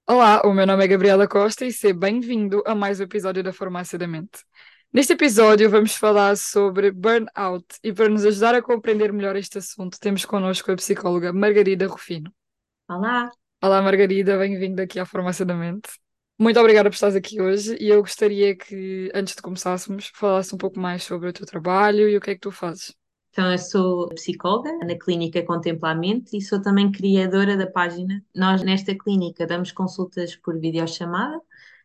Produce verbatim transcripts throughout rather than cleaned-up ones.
Olá, o meu nome é Gabriela Costa e seja bem-vindo a mais um episódio da Farmácia da Mente. Neste episódio vamos falar sobre burnout e para nos ajudar a compreender melhor este assunto temos connosco a psicóloga Margarida Rufino. Olá, Olá Margarida, bem-vinda aqui à Farmácia da Mente. Muito obrigada por estares aqui hoje e eu gostaria que, antes de começássemos, falasse um pouco mais sobre o teu trabalho e o que é que tu fazes. então eu sou psicóloga na Clínica Contemplamente e sou também criadora da página. Nós, nesta clínica, damos consultas por videochamada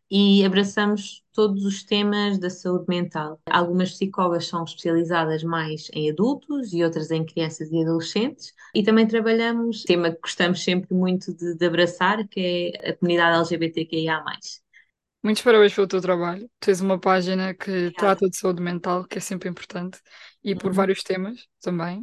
e abraçamos todos os temas da saúde mental. Algumas psicólogas são especializadas mais em adultos e outras em crianças e adolescentes. E também trabalhamos, tema que gostamos sempre muito de, de abraçar, que é a comunidade L G B T Q I A mais. Muitos parabéns pelo teu trabalho. Tens uma página que Obrigada. trata de saúde mental, que é sempre importante, e por Uhum. vários temas também.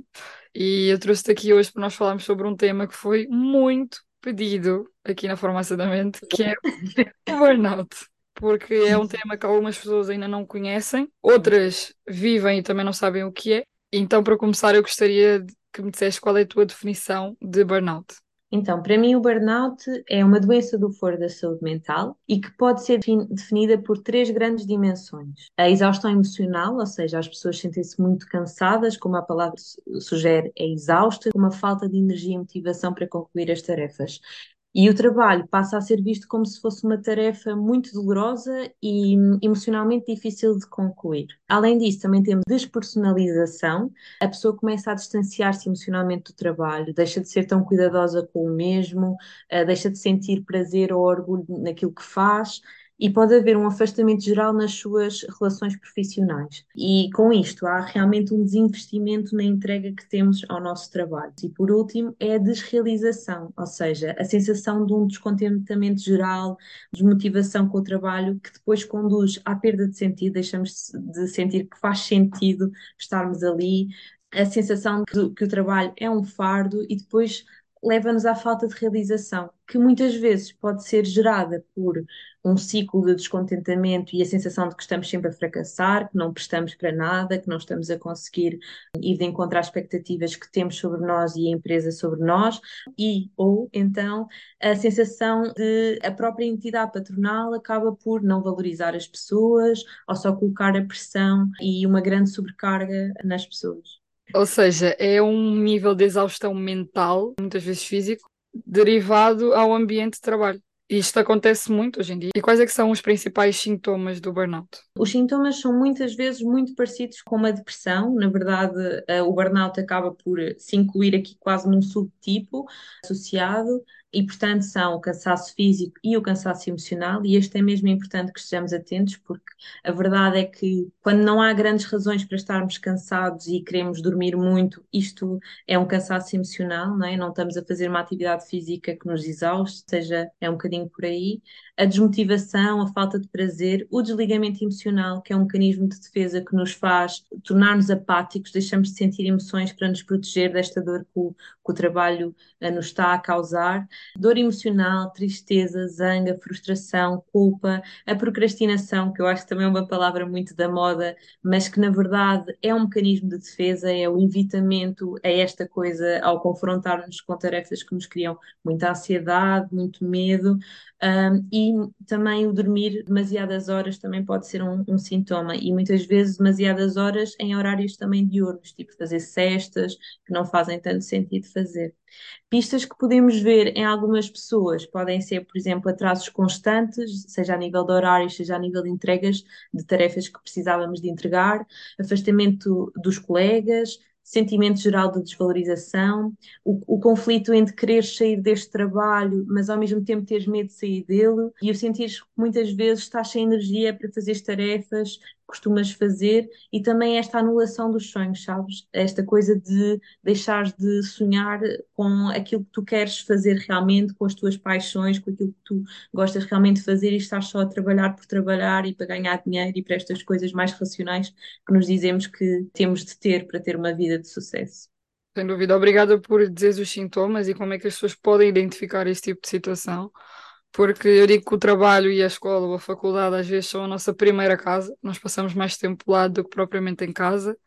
E eu trouxe-te aqui hoje para nós falarmos sobre um tema que foi muito pedido aqui na Farmácia da Mente, que é o burnout. Porque é um tema que algumas pessoas ainda não conhecem, outras vivem e também não sabem o que é. Então, para começar, eu gostaria de que me dissesse qual é a tua definição de burnout. Então, para mim, o burnout é uma doença do foro da saúde mental e que pode ser defin- definida por três grandes dimensões. A exaustão emocional, ou seja, as pessoas sentem-se muito cansadas, como a palavra su- sugere, é exausta, com uma falta de energia e motivação para concluir as tarefas. E o trabalho passa a ser visto como se fosse uma tarefa muito dolorosa e hum, emocionalmente difícil de concluir. Além disso, também temos despersonalização. A pessoa começa a distanciar-se emocionalmente do trabalho, deixa de ser tão cuidadosa com o mesmo, eh, deixa de sentir prazer ou orgulho naquilo que faz. E pode haver um afastamento geral nas suas relações profissionais. E com isto há realmente um desinvestimento na entrega que temos ao nosso trabalho. E por último, é a desrealização, ou seja, a sensação de um descontentamento geral, desmotivação com o trabalho, que depois conduz à perda de sentido, deixamos de sentir que faz sentido estarmos ali, a sensação que, que o trabalho é um fardo e depois leva-nos à falta de realização, que muitas vezes pode ser gerada por um ciclo de descontentamento e a sensação de que estamos sempre a fracassar, que não prestamos para nada, que não estamos a conseguir ir de encontro às expectativas que temos sobre nós e a empresa sobre nós, e ou então a sensação de a própria entidade patronal acaba por não valorizar as pessoas ou só colocar a pressão e uma grande sobrecarga nas pessoas. Ou seja, é um nível de exaustão mental, muitas vezes físico, derivado ao ambiente de trabalho. E isto acontece muito hoje em dia. E quais é que são os principais sintomas do burnout? Os sintomas são muitas vezes muito parecidos com uma depressão. Na verdade, eh, o burnout acaba por se incluir aqui quase num subtipo associado, e, portanto, são o cansaço físico e o cansaço emocional. E este é mesmo importante que estejamos atentos, porque a verdade é que quando não há grandes razões para estarmos cansados e queremos dormir muito, isto é um cansaço emocional, não é? Não estamos a fazer uma atividade física que nos exauste, ou seja, é um bocadinho por aí. A desmotivação, a falta de prazer, o desligamento emocional, que é um mecanismo de defesa que nos faz tornar-nos apáticos, deixamos de sentir emoções para nos proteger desta dor que o, que o trabalho eh, nos está a causar. Dor emocional, tristeza, zanga, frustração, culpa, a procrastinação, que eu acho que também é uma palavra muito da moda, mas que na verdade é um mecanismo de defesa, é o evitamento a esta coisa ao confrontar-nos com tarefas que nos criam muita ansiedade, muito medo. Um, e também o dormir demasiadas horas também pode ser um, um sintoma, e muitas vezes demasiadas horas em horários também diurnos, tipo fazer cestas, que não fazem tanto sentido fazer. Pistas que podemos ver em algumas pessoas podem ser, por exemplo, atrasos constantes, seja a nível de horários, seja a nível de entregas de tarefas que precisávamos de entregar, afastamento dos colegas, sentimento geral de desvalorização, o, o conflito entre querer sair deste trabalho, mas ao mesmo tempo teres medo de sair dele, e o sentir que muitas vezes estás sem energia para fazer as tarefas que costumas fazer, e também esta anulação dos sonhos, sabes? Esta coisa de deixares de sonhar com aquilo que tu queres fazer realmente, com as tuas paixões, com aquilo que tu gostas realmente de fazer, e estás só a trabalhar por trabalhar e para ganhar dinheiro e para estas coisas mais racionais que nos dizemos que temos de ter para ter uma vida de sucesso. Sem dúvida. Obrigada por dizeres os sintomas e como é que as pessoas podem identificar este tipo de situação. Porque eu digo que o trabalho e a escola ou a faculdade às vezes são a nossa primeira casa. Nós passamos mais tempo lá do que propriamente em casa.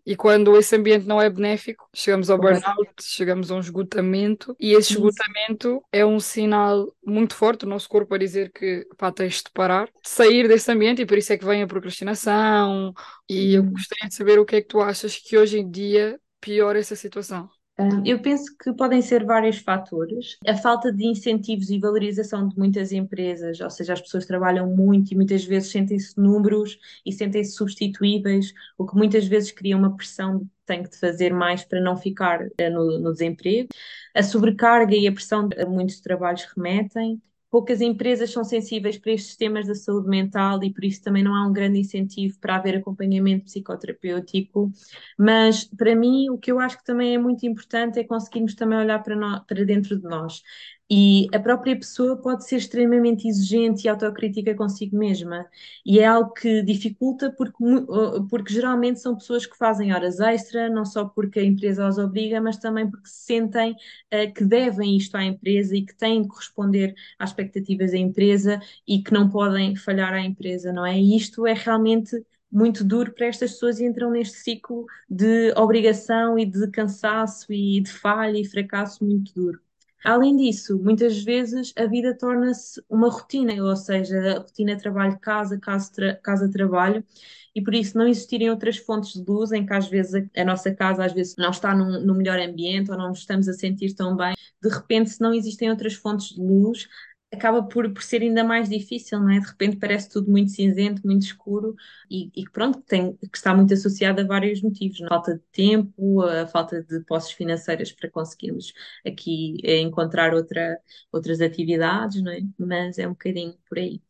E quando esse ambiente não é benéfico, chegamos ao Completamente. burnout, chegamos a um esgotamento, e esse Isso. esgotamento é um sinal muito forte do nosso corpo a dizer que, pá, tens de parar, de sair desse ambiente, e por isso é que vem a procrastinação. E eu Hum. gostaria de saber o que é que tu achas que hoje em dia piora essa situação. Hum, Eu penso que podem ser vários fatores. A falta de incentivos e valorização de muitas empresas, ou seja, as pessoas trabalham muito e muitas vezes sentem-se números e sentem-se substituíveis, o que muitas vezes cria uma pressão de que tem que fazer mais para não ficar eh, no, no desemprego. A sobrecarga e a pressão de muitos trabalhos remetem. Poucas empresas são sensíveis para estes temas da saúde mental e por isso também não há um grande incentivo para haver acompanhamento psicoterapêutico. Mas para mim, o que eu acho que também é muito importante é conseguirmos também olhar para, nó- para dentro de nós. E a própria pessoa pode ser extremamente exigente e autocrítica consigo mesma. E é algo que dificulta porque, mu- uh, porque geralmente são pessoas que fazem horas extra, não só porque a empresa os obriga, mas também porque se sentem, uh, que devem isto à empresa e que têm de corresponder às expectativas da empresa e que não podem falhar à empresa, não é? E isto é realmente muito duro para estas pessoas e entram neste ciclo de obrigação e de cansaço e de falha e fracasso muito duro. Além disso, muitas vezes a vida torna-se uma rotina, ou seja, a rotina trabalho-casa, casa-trabalho, casa-trabalho, e por isso não existirem outras fontes de luz em que às vezes a, a nossa casa às vezes não está num, no melhor ambiente ou não nos estamos a sentir tão bem. De repente, se não existem outras fontes de luz, acaba por, por ser ainda mais difícil, não é? De repente parece tudo muito cinzento, muito escuro e, e que pronto, que, tem, que está muito associado a vários motivos, não é? A falta de tempo, a falta de posses financeiras para conseguirmos aqui eh, encontrar outra, outras atividades, não é? Mas é um bocadinho por aí.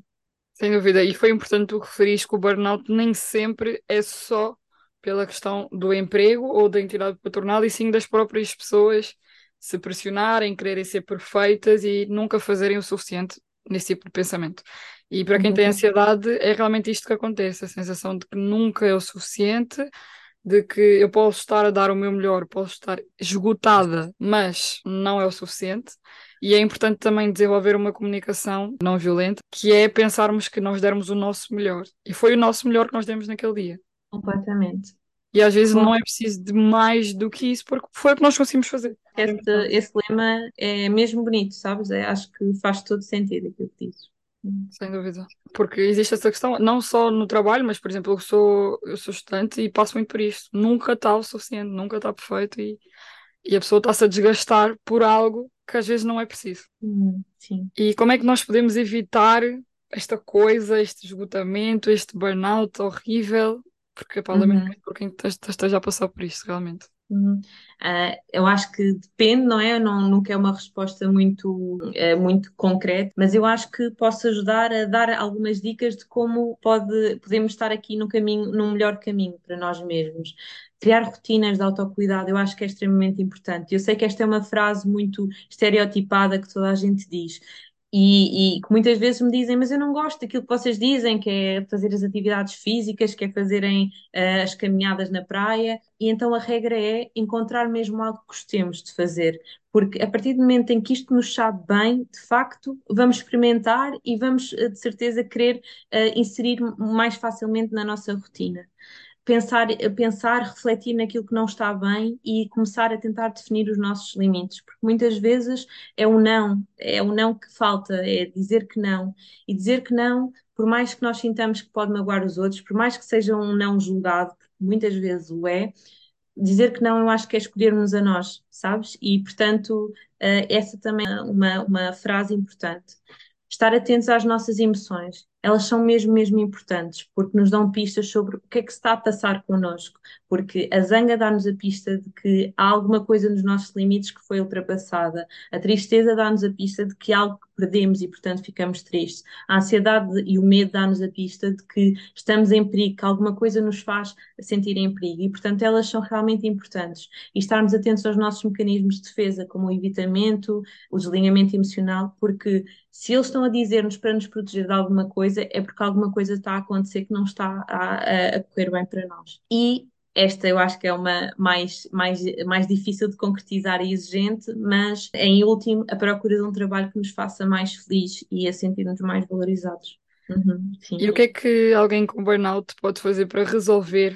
Sem dúvida, e foi importante tu referires que o burnout nem sempre é só pela questão do emprego ou da entidade patronal, e sim das próprias pessoas se pressionarem, quererem ser perfeitas e nunca fazerem o suficiente nesse tipo de pensamento. E para quem tem Completamente. ansiedade, é realmente isto que acontece, a sensação de que nunca é o suficiente, de que eu posso estar a dar o meu melhor, posso estar esgotada, mas não é o suficiente. E é importante também desenvolver uma comunicação não violenta, que é pensarmos que nós dermos o nosso melhor. E foi o nosso melhor que nós demos naquele dia. Completamente. E às vezes não é preciso de mais do que isso, porque foi o que nós conseguimos fazer. É Este, verdade. esse lema é mesmo bonito, sabes? É, acho que faz todo sentido aquilo que dizes. Sem dúvida. Porque existe essa questão, não só no trabalho, mas, por exemplo, eu sou, eu sou estudante e passo muito por isto. Nunca está o suficiente, nunca está perfeito, e, e a pessoa está-se a desgastar por algo que às vezes não é preciso. Hum, sim. E como é que nós podemos evitar esta coisa, este esgotamento, este burnout horrível? Porque, pá, lamento Uhum. muito por quem esteja esteja a passar por isto, realmente. Uhum. Ah, eu acho que depende, não é? Não, nunca é uma resposta muito, eh, muito concreta, mas eu acho que posso ajudar a dar algumas dicas de como pode, podemos estar aqui no caminho, num melhor caminho para nós mesmos. Criar rotinas de autocuidado, eu acho que é extremamente importante. Eu sei que esta é uma frase muito estereotipada que toda a gente diz. E, e que muitas vezes me dizem, mas eu não gosto daquilo que vocês dizem, que é fazer as atividades físicas, que é fazerem eh, as caminhadas na praia. E então a regra é encontrar mesmo algo que gostemos de fazer, porque a partir do momento em que isto nos sabe bem, de facto, vamos experimentar e vamos eh, de certeza querer eh, inserir mais facilmente na nossa rotina. Pensar, pensar, refletir naquilo que não está bem e começar a tentar definir os nossos limites, porque muitas vezes é o não, é o não que falta, é dizer que não. E dizer que não, por mais que nós sintamos que pode magoar os outros, por mais que seja um não julgado, porque muitas vezes o é, dizer que não, eu acho que é escolhermos a nós, sabes? E, portanto, eh, essa também é uma, uma frase importante. Estar atentos às nossas emoções. Elas são mesmo, mesmo importantes, porque nos dão pistas sobre o que é que se está a passar connosco. Porque a zanga dá-nos a pista de que há alguma coisa nos nossos limites que foi ultrapassada. A tristeza dá-nos a pista de que há algo que perdemos e, portanto, ficamos tristes. A ansiedade e o medo dá-nos a pista de que estamos em perigo, que alguma coisa nos faz sentir em perigo. E, portanto, elas são realmente importantes. E estarmos atentos aos nossos mecanismos de defesa, como o evitamento, o deslinhamento emocional, porque se eles estão a dizer-nos para nos proteger de alguma coisa, é porque alguma coisa está a acontecer que não está a, a- a correr bem para nós. E esta eu acho que é uma mais, mais, mais difícil de concretizar e exigente, mas em último, a procura de um trabalho que nos faça mais feliz e a sentir-nos mais valorizados. Uhum, sim. E o que é que alguém com burnout pode fazer para resolver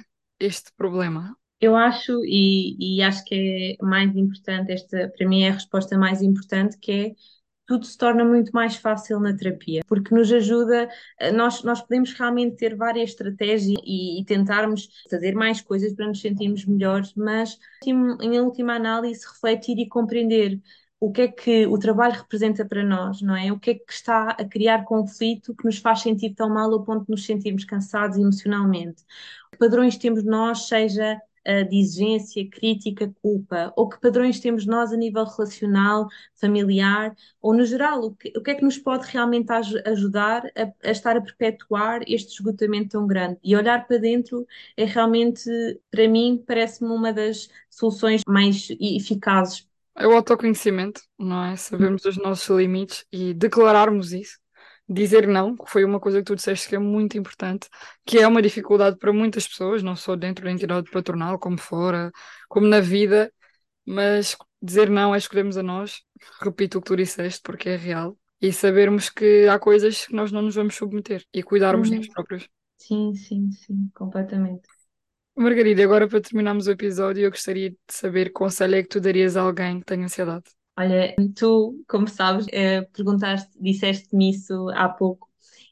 este problema? Eu acho, e, e acho que é mais importante, esta para mim é a resposta mais importante, que é tudo se torna muito mais fácil na terapia, porque nos ajuda, eh, nós, nós podemos realmente ter várias estratégias e, e tentarmos fazer mais coisas para nos sentirmos melhores, mas em em última análise, refletir e compreender o que é que o trabalho representa para nós, não é? O que é que está a criar conflito que nos faz sentir tão mal ao ponto de nos sentirmos cansados emocionalmente. Que padrões temos nós, seja eh, de exigência, crítica, culpa, ou que padrões temos nós a nível relacional, familiar, ou no geral, o que, o que é que nos pode realmente aj- ajudar a, a estar a perpetuar este esgotamento tão grande? E olhar para dentro é realmente, para mim, parece-me uma das soluções mais eficazes. É o autoconhecimento, não é? Sabermos os nossos limites e declararmos isso. Dizer não, que foi uma coisa que tu disseste que é muito importante, que é uma dificuldade para muitas pessoas, não só dentro da entidade patronal, como fora, como na vida, mas dizer não é escolhermos a nós, repito o que tu disseste, porque é real, e sabermos que há coisas que nós não nos vamos submeter e cuidarmos de nós Uhum. próprios. Sim, sim, sim, completamente. Margarida, agora para terminarmos o episódio, eu gostaria de saber que conselho é que tu darias a alguém que tem ansiedade. Olha, tu, como sabes, eh, perguntaste, disseste-me isso há pouco,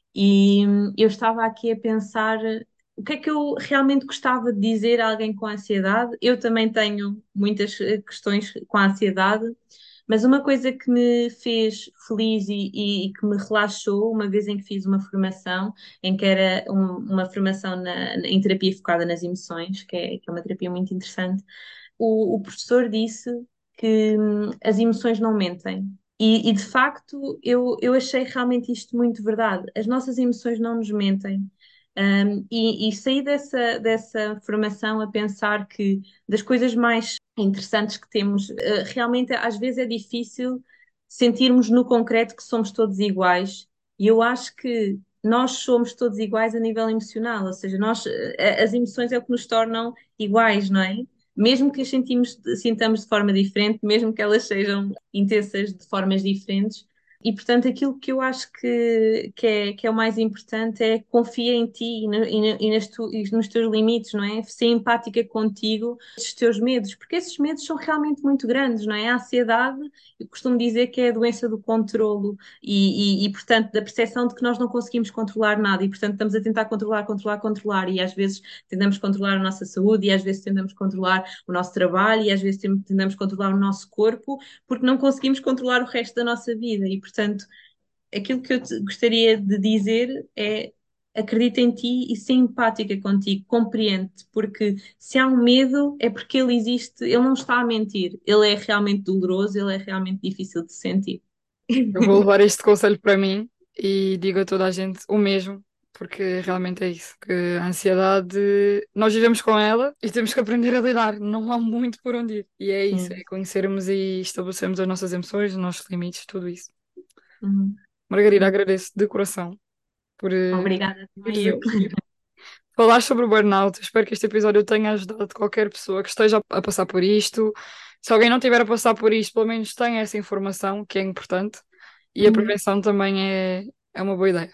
e hum, eu estava aqui a pensar eh, o que é que eu realmente gostava de dizer a alguém com ansiedade. Eu também tenho muitas eh, questões com a ansiedade, mas uma coisa que me fez feliz e, e- e que me relaxou, uma vez em que fiz uma formação, em que era um- uma formação na- em terapia focada nas emoções, que é, que é uma terapia muito interessante, o, o professor disse que hum, as emoções não mentem. E, e, de facto, eu, eu achei realmente isto muito verdade. As nossas emoções não nos mentem. Um, e, e saí dessa, dessa formação a pensar que das coisas mais interessantes que temos, eh, realmente às vezes é difícil sentirmos no concreto que somos todos iguais. E eu acho que nós somos todos iguais a nível emocional, ou seja, nós, eh, as emoções é o que nos tornam iguais, não é? Mesmo que as sentimos, sintamos de forma diferente, mesmo que elas sejam intensas de formas diferentes. E, portanto, aquilo que eu acho que, que, é, que é o mais importante é confia em ti e, no- e no- e nas tu- e nos teus limites, não é? Ser empática contigo, os teus medos, porque esses medos são realmente muito grandes, não é? A ansiedade, eu costumo dizer que é a doença do controlo e, e, e, portanto, da percepção de que nós não conseguimos controlar nada e, portanto, estamos a tentar controlar, controlar, controlar e às vezes tentamos controlar a nossa saúde e às vezes tentamos controlar o nosso trabalho e às vezes tem- tentamos controlar o nosso corpo porque não conseguimos controlar o resto da nossa vida. E, portanto, aquilo que eu te gostaria de dizer é acredita em ti e ser empática contigo, compreende, porque se há um medo é porque ele existe, ele não está a mentir, ele é realmente doloroso, ele é realmente difícil de sentir. Eu vou levar este conselho para mim e digo a toda a gente o mesmo, porque realmente é isso, que a ansiedade, nós vivemos com ela e temos que aprender a lidar, não há muito por onde ir. E é isso, Sim. é conhecermos e estabelecermos as nossas emoções, os nossos limites, tudo isso. Uhum. Margarida, Sim. agradeço de coração por eh, Obrigada ires também eu. aqui falar sobre o burnout. Espero que este episódio tenha ajudado qualquer pessoa que esteja a a passar por isto. Se alguém não tiver a passar por isto, pelo menos tenha essa informação, que é importante. E a Uhum. prevenção também é, é uma boa ideia.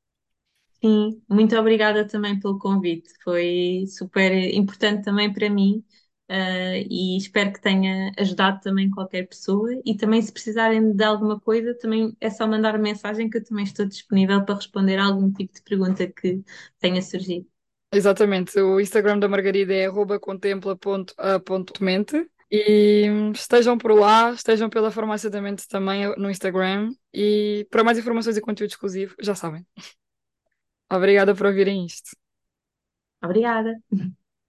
Sim, muito obrigada também pelo convite. Foi super importante também para mim, eh, e espero que tenha ajudado também qualquer pessoa. E também, se precisarem de alguma coisa, também é só mandar uma mensagem que eu também estou disponível para responder a algum tipo de pergunta que tenha surgido. Exatamente. O Instagram da Margarida é arroba contempla ponto a ponto mente. E hum, estejam por lá, estejam pela Farmácia da Mente também no Instagram. E para mais informações e conteúdo exclusivo, já sabem. Obrigada por ouvirem isto. Obrigada.